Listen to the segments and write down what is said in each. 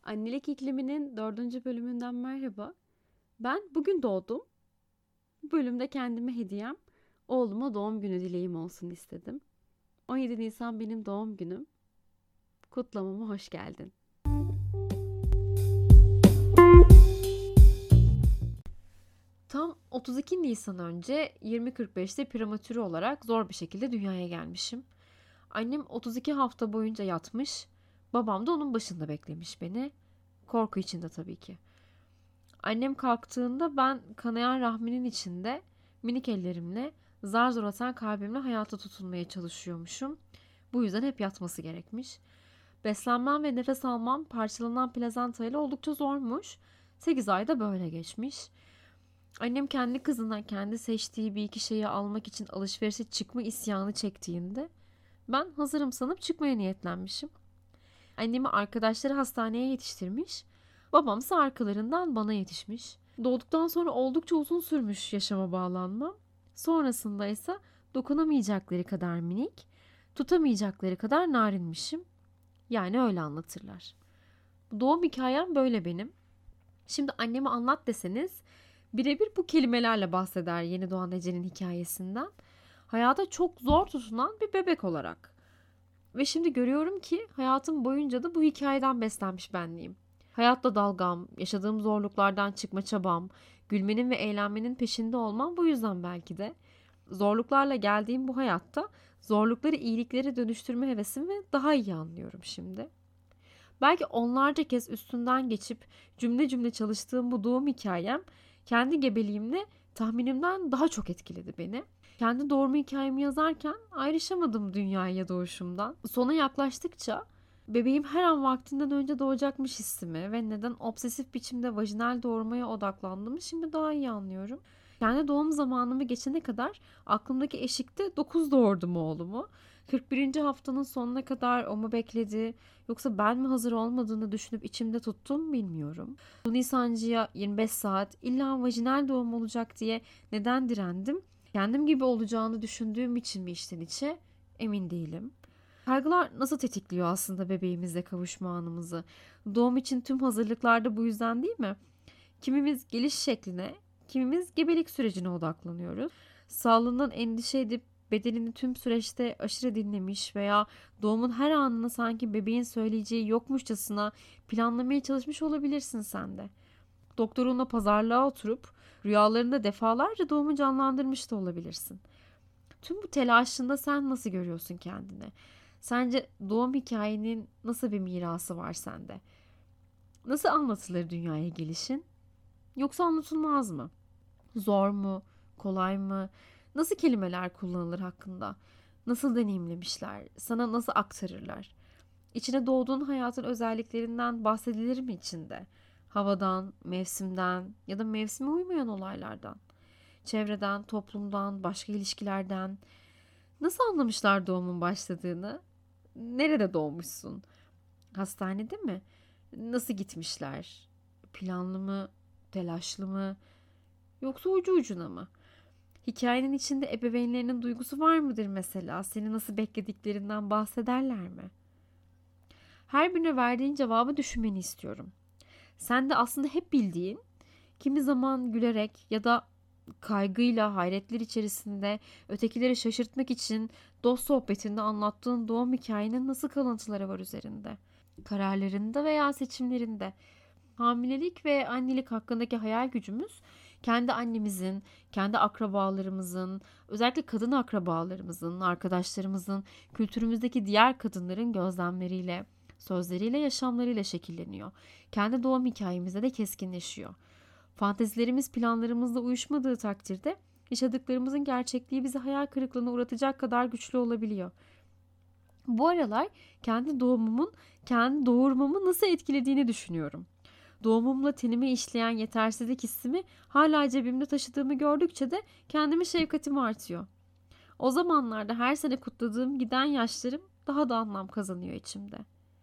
Annelik ikliminin 4. bölümünden merhaba. Ben bugün doğdum. Bu bölümde kendime hediyem, oğluma doğum günü dileğim olsun istedim. 17 Nisan benim doğum günüm. Kutlamama hoş geldin. Tam 32 Nisan önce 20.45'te prematüre olarak zor bir şekilde dünyaya gelmişim. Annem 32 hafta boyunca yatmış, babam da onun başında beklemiş beni. Korku içinde tabii ki. Annem kalktığında ben kanayan rahminin içinde minik ellerimle zar zor atan kalbimle hayata tutunmaya çalışıyormuşum. Bu yüzden hep yatması gerekmiş. Beslenmem ve nefes almam parçalanan plazenta ile oldukça zormuş. 8 ayda böyle geçmiş. Annem kendi kızından kendi seçtiği bir iki şeyi almak için alışverişe çıkma isyanı çektiğinde ben hazırım sanıp çıkmaya niyetlenmişim. Annemi arkadaşları hastaneye yetiştirmiş. Babamsa arkalarından bana yetişmiş. Doğduktan sonra oldukça uzun sürmüş yaşama bağlanmam. Sonrasında ise dokunamayacakları kadar minik, tutamayacakları kadar narinmişim. Yani öyle anlatırlar. Doğum hikayem böyle benim. Şimdi anneme anlat deseniz birebir bu kelimelerle bahseder yeni doğan Ece'nin hikayesinden. Hayata çok zor tutunan bir bebek olarak. Ve şimdi görüyorum ki hayatım boyunca da bu hikayeden beslenmiş benliğim. Hayatla dalgam, yaşadığım zorluklardan çıkma çabam, gülmenin ve eğlenmenin peşinde olmam bu yüzden belki de. Zorluklarla geldiğim bu hayatta zorlukları iyiliklere dönüştürme hevesimi daha iyi anlıyorum şimdi. Belki onlarca kez üstünden geçip cümle cümle çalıştığım bu doğum hikayem kendi gebeliğimle tahminimden daha çok etkiledi beni. Kendi doğurma hikayemi yazarken ayrışamadım dünyaya doğuşumdan. Sona yaklaştıkça bebeğim her an vaktinden önce doğacakmış hissimi ve neden obsesif biçimde vajinal doğurmaya odaklandığımı şimdi daha iyi anlıyorum. Kendi doğum zamanımı geçene kadar aklımdaki eşikte 9 doğurdum oğlumu. 41. haftanın sonuna kadar o mu bekledi yoksa ben mi hazır olmadığını düşünüp içimde tuttum bilmiyorum. Suni sancıya 25 saat illa vajinal doğum olacak diye neden direndim? Kendim gibi olacağını düşündüğüm için mi içten içe? Emin değilim. Kaygılar nasıl tetikliyor aslında bebeğimizle kavuşma anımızı? Doğum için tüm hazırlıklar da bu yüzden değil mi? Kimimiz geliş şekline, kimimiz gebelik sürecine odaklanıyoruz. Sağlığından endişe edip bedenini tüm süreçte aşırı dinlemiş veya doğumun her anını sanki bebeğin söyleyeceği yokmuşçasına planlamaya çalışmış olabilirsin sen de. Doktorunla pazarlığa oturup rüyalarında defalarca doğumu canlandırmış da olabilirsin. Tüm bu telaşında sen nasıl görüyorsun kendini? Sence doğum hikayenin nasıl bir mirası var sende? Nasıl anlatılır dünyaya gelişin? Yoksa anlatılmaz mı? Zor mu? Kolay mı? Nasıl kelimeler kullanılır hakkında? Nasıl deneyimlemişler? Sana nasıl aktarırlar? İçine doğduğun hayatın özelliklerinden bahsedilir mi içinde? Havadan, mevsimden ya da mevsime uymayan olaylardan, çevreden, toplumdan, başka ilişkilerden. Nasıl anlamışlar doğumun başladığını? Nerede doğmuşsun? Hastanede mi? Nasıl gitmişler? Planlı mı? Telaşlı mı? Yoksa ucu ucuna mı? Hikayenin içinde ebeveynlerinin duygusu var mıdır mesela? Seni nasıl beklediklerinden bahsederler mi? Her birine verdiğin cevabı düşünmeni istiyorum. Sen de aslında hep bildiğin, kimi zaman gülerek ya da kaygıyla, hayretler içerisinde ötekileri şaşırtmak için dost sohbetinde anlattığın doğum hikayenin nasıl kalıntıları var üzerinde? Kararlarında veya seçimlerinde. Hamilelik ve annelik hakkındaki hayal gücümüz kendi annemizin, kendi akrabalarımızın, özellikle kadın akrabalarımızın, arkadaşlarımızın, kültürümüzdeki diğer kadınların gözlemleriyle, sözleriyle, yaşamlarıyla şekilleniyor. Kendi doğum hikayemizde de keskinleşiyor. Fantezilerimiz planlarımızla uyuşmadığı takdirde yaşadıklarımızın gerçekliği bizi hayal kırıklığına uğratacak kadar güçlü olabiliyor. Bu aralar kendi doğumumun, kendi doğurmamı nasıl etkilediğini düşünüyorum. Doğumumla tenime işleyen yetersizlik hissimi hala cebimde taşıdığımı gördükçe de kendime şefkatim artıyor. O zamanlarda her sene kutladığım giden yaşlarım daha da anlam kazanıyor içimde.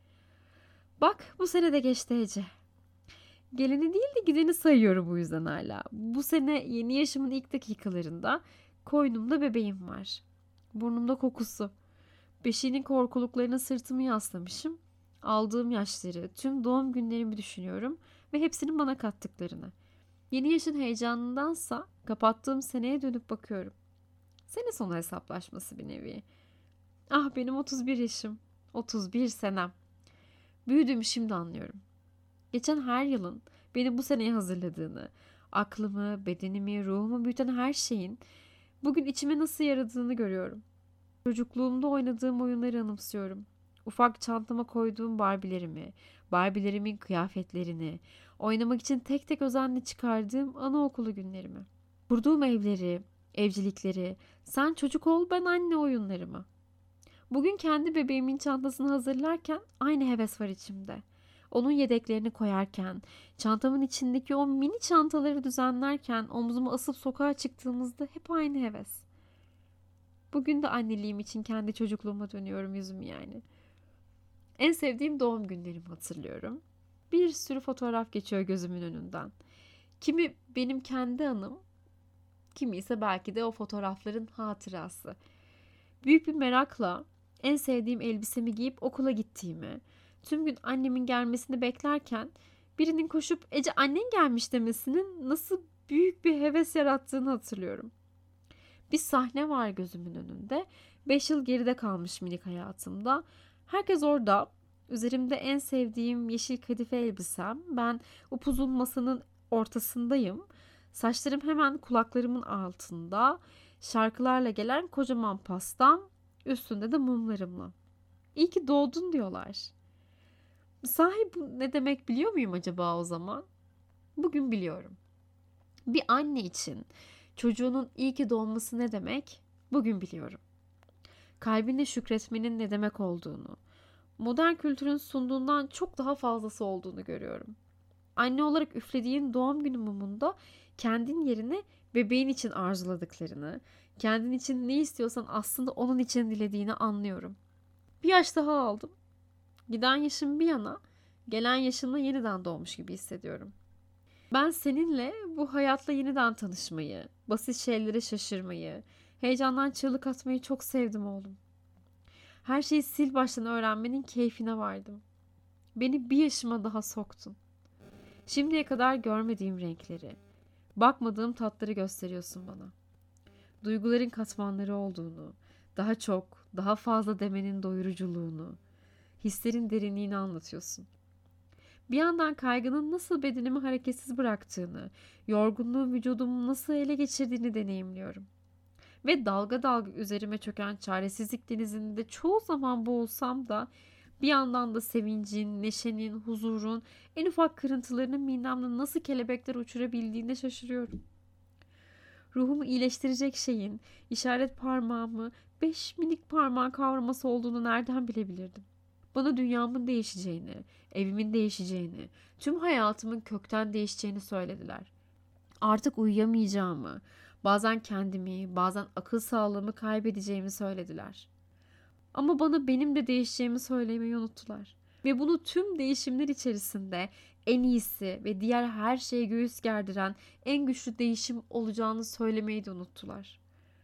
Bak bu sene de geçti Ece. Geleni değil de gideni sayıyorum bu yüzden hala. Bu sene yeni yaşımın ilk dakikalarında koynumda bebeğim var. Burnumda kokusu. Beşiğinin korkuluklarına sırtımı yaslamışım. Aldığım yaşları, tüm doğum günlerimi düşünüyorum ve hepsinin bana kattıklarını. Yeni yaşın heyecanındansa kapattığım seneye dönüp bakıyorum. Sene sonu hesaplaşması bir nevi. Ah benim 31 yaşım, 31 senem. Büyüdüğümü şimdi anlıyorum. Geçen her yılın beni bu seneye hazırladığını, aklımı, bedenimi, ruhumu büyüten her şeyin bugün içime nasıl yaradığını görüyorum. Çocukluğumda oynadığım oyunları anımsıyorum. Ufak çantama koyduğum Barbilerimin kıyafetlerini, oynamak için tek tek özenle çıkardığım anaokulu günlerimi. Kurduğum evleri, evcilikleri, sen çocuk ol ben anne oyunlarımı. Bugün kendi bebeğimin çantasını hazırlarken aynı heves var içimde. Onun yedeklerini koyarken, çantamın içindeki o mini çantaları düzenlerken omzuma asıp sokağa çıktığımızda hep aynı heves. Bugün de anneliğim için kendi çocukluğuma dönüyorum yüzümü yani. En sevdiğim doğum günlerimi hatırlıyorum. Bir sürü fotoğraf geçiyor gözümün önünden. Kimi benim kendi anım, kimi ise belki de o fotoğrafların hatırası. Büyük bir merakla en sevdiğim elbisemi giyip okula gittiğimi, tüm gün annemin gelmesini beklerken birinin koşup Ece annen gelmiş demesinin nasıl büyük bir heves yarattığını hatırlıyorum. Bir sahne var gözümün önünde. 5 yıl geride kalmış minik hayatımda. Herkes orada. Üzerimde en sevdiğim yeşil kadife elbisem. Ben upuzun masanın ortasındayım. Saçlarım hemen kulaklarımın altında. Şarkılarla gelen kocaman pastam. Üstünde de mumlarımla. İyi ki doğdun diyorlar. Sahi bu ne demek biliyor muyum acaba o zaman? Bugün biliyorum. Bir anne için çocuğunun iyi ki doğması ne demek? Bugün biliyorum. Kalbinle şükretmenin ne demek olduğunu, modern kültürün sunduğundan çok daha fazlası olduğunu görüyorum. Anne olarak üflediğin doğum günü mumunda kendin yerine bebeğin için arzuladıklarını, kendin için ne istiyorsan aslında onun için dilediğini anlıyorum. Bir yaş daha aldım. Giden yaşım bir yana, gelen yaşımla yeniden doğmuş gibi hissediyorum. Ben seninle bu hayatla yeniden tanışmayı, basit şeylere şaşırmayı, heyecandan çığlık atmayı çok sevdim oğlum. Her şeyi sil baştan öğrenmenin keyfine vardım. Beni bir yaşıma daha soktun. Şimdiye kadar görmediğim renkleri, bakmadığım tatları gösteriyorsun bana. Duyguların katmanları olduğunu, daha çok, daha fazla demenin doyuruculuğunu, hislerin derinliğini anlatıyorsun. Bir yandan kaygının nasıl bedenimi hareketsiz bıraktığını, yorgunluğun vücudumu nasıl ele geçirdiğini deneyimliyorum. Ve dalga dalga üzerime çöken çaresizlik denizinde çoğu zaman boğulsam da bir yandan da sevincin, neşenin, huzurun, en ufak kırıntılarının midemde nasıl kelebekler uçurabildiğine şaşırıyorum. Ruhumu iyileştirecek şeyin işaret parmağımı 5 minik parmağın kavraması olduğunu nereden bilebilirdim? Bana dünyamın değişeceğini, evimin değişeceğini, tüm hayatımın kökten değişeceğini söylediler. Artık uyuyamayacağımı, bazen kendimi, bazen akıl sağlığımı kaybedeceğimi söylediler. Ama bana benim de değişeceğimi söylemeyi unuttular. Ve bunu tüm değişimler içerisinde en iyisi ve diğer her şeye göğüs gerdiren en güçlü değişim olacağını söylemeyi de unuttular.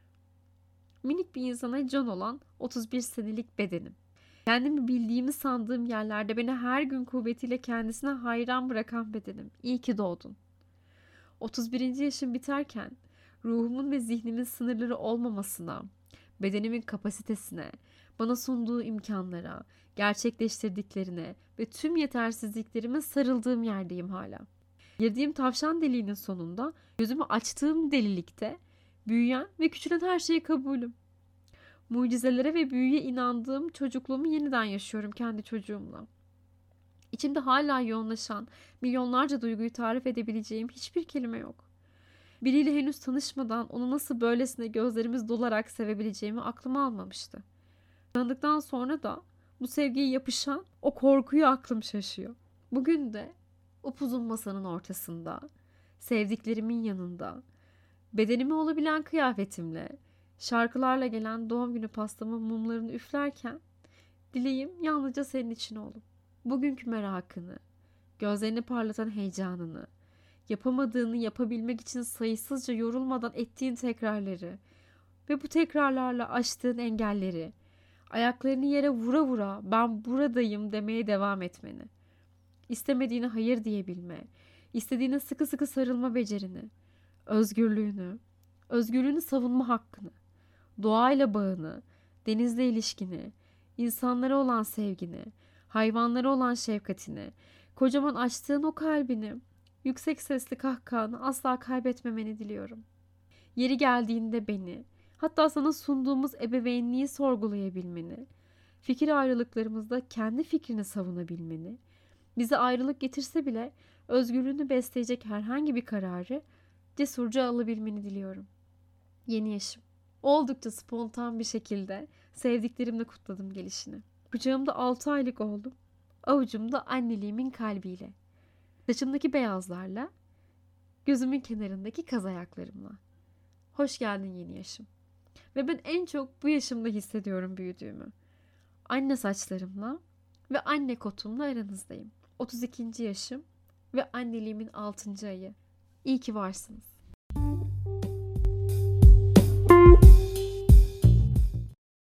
Minik bir insana can olan 31 senelik bedenim. Kendimi bildiğimi sandığım yerlerde beni her gün kuvvetiyle kendisine hayran bırakan bedenim. İyi ki doğdun. 31. yaşım biterken ruhumun ve zihnimin sınırları olmamasına, bedenimin kapasitesine, bana sunduğu imkanlara, gerçekleştirdiklerine ve tüm yetersizliklerime sarıldığım yerdeyim hala. Girdiğim tavşan deliğinin sonunda gözümü açtığım delilikte büyüyen ve küçülen her şeyi kabulüm. Mucizelere ve büyüye inandığım çocukluğumu yeniden yaşıyorum kendi çocuğumla. İçimde hala yoğunlaşan milyonlarca duyguyu tarif edebileceğim hiçbir kelime yok. Biriyle henüz tanışmadan onu nasıl böylesine gözlerimiz dolarak sevebileceğimi aklıma almamıştı. Tanıdıktan sonra da bu sevgiye yapışan o korkuyu aklım şaşıyor. Bugün de upuzun masanın ortasında, sevdiklerimin yanında, bedenime olabilen kıyafetimle, şarkılarla gelen doğum günü pastamın mumlarını üflerken dileğim yalnızca senin için oğlum. Bugünkü merakını, gözlerini parlatan heyecanını, yapamadığını yapabilmek için sayısızca yorulmadan ettiğin tekrarları ve bu tekrarlarla aştığın engelleri, Ayaklarını yere vura vura ben buradayım demeye devam etmeni. İstemediğine hayır diyebilme, istediğine sıkı sıkı sarılma becerini, özgürlüğünü, özgürlüğünü savunma hakkını, doğayla bağını, denizle ilişkini, insanlara olan sevgini, hayvanlara olan şefkatini, kocaman açtığın o kalbini, yüksek sesli kahkahanı asla kaybetmemeni diliyorum. Yeri geldiğinde beni, hatta sana sunduğumuz ebeveynliği sorgulayabilmeni, fikir ayrılıklarımızda kendi fikrini savunabilmeni, bize ayrılık getirse bile özgürlüğünü besleyecek herhangi bir kararı cesurca alabilmeni diliyorum. Yeni yaşım. Oldukça spontan bir şekilde sevdiklerimle kutladım gelişini. Kucağımda 6 aylık oğlum, avucumda anneliğimin kalbiyle, saçımdaki beyazlarla, gözümün kenarındaki kaz ayaklarımla. Hoş geldin yeni yaşım. Ve ben en çok bu yaşımda hissediyorum büyüdüğümü. Anne saçlarımla ve anne kotumla aranızdayım. 32. yaşım ve anneliğimin 6. ayı. İyi ki varsınız.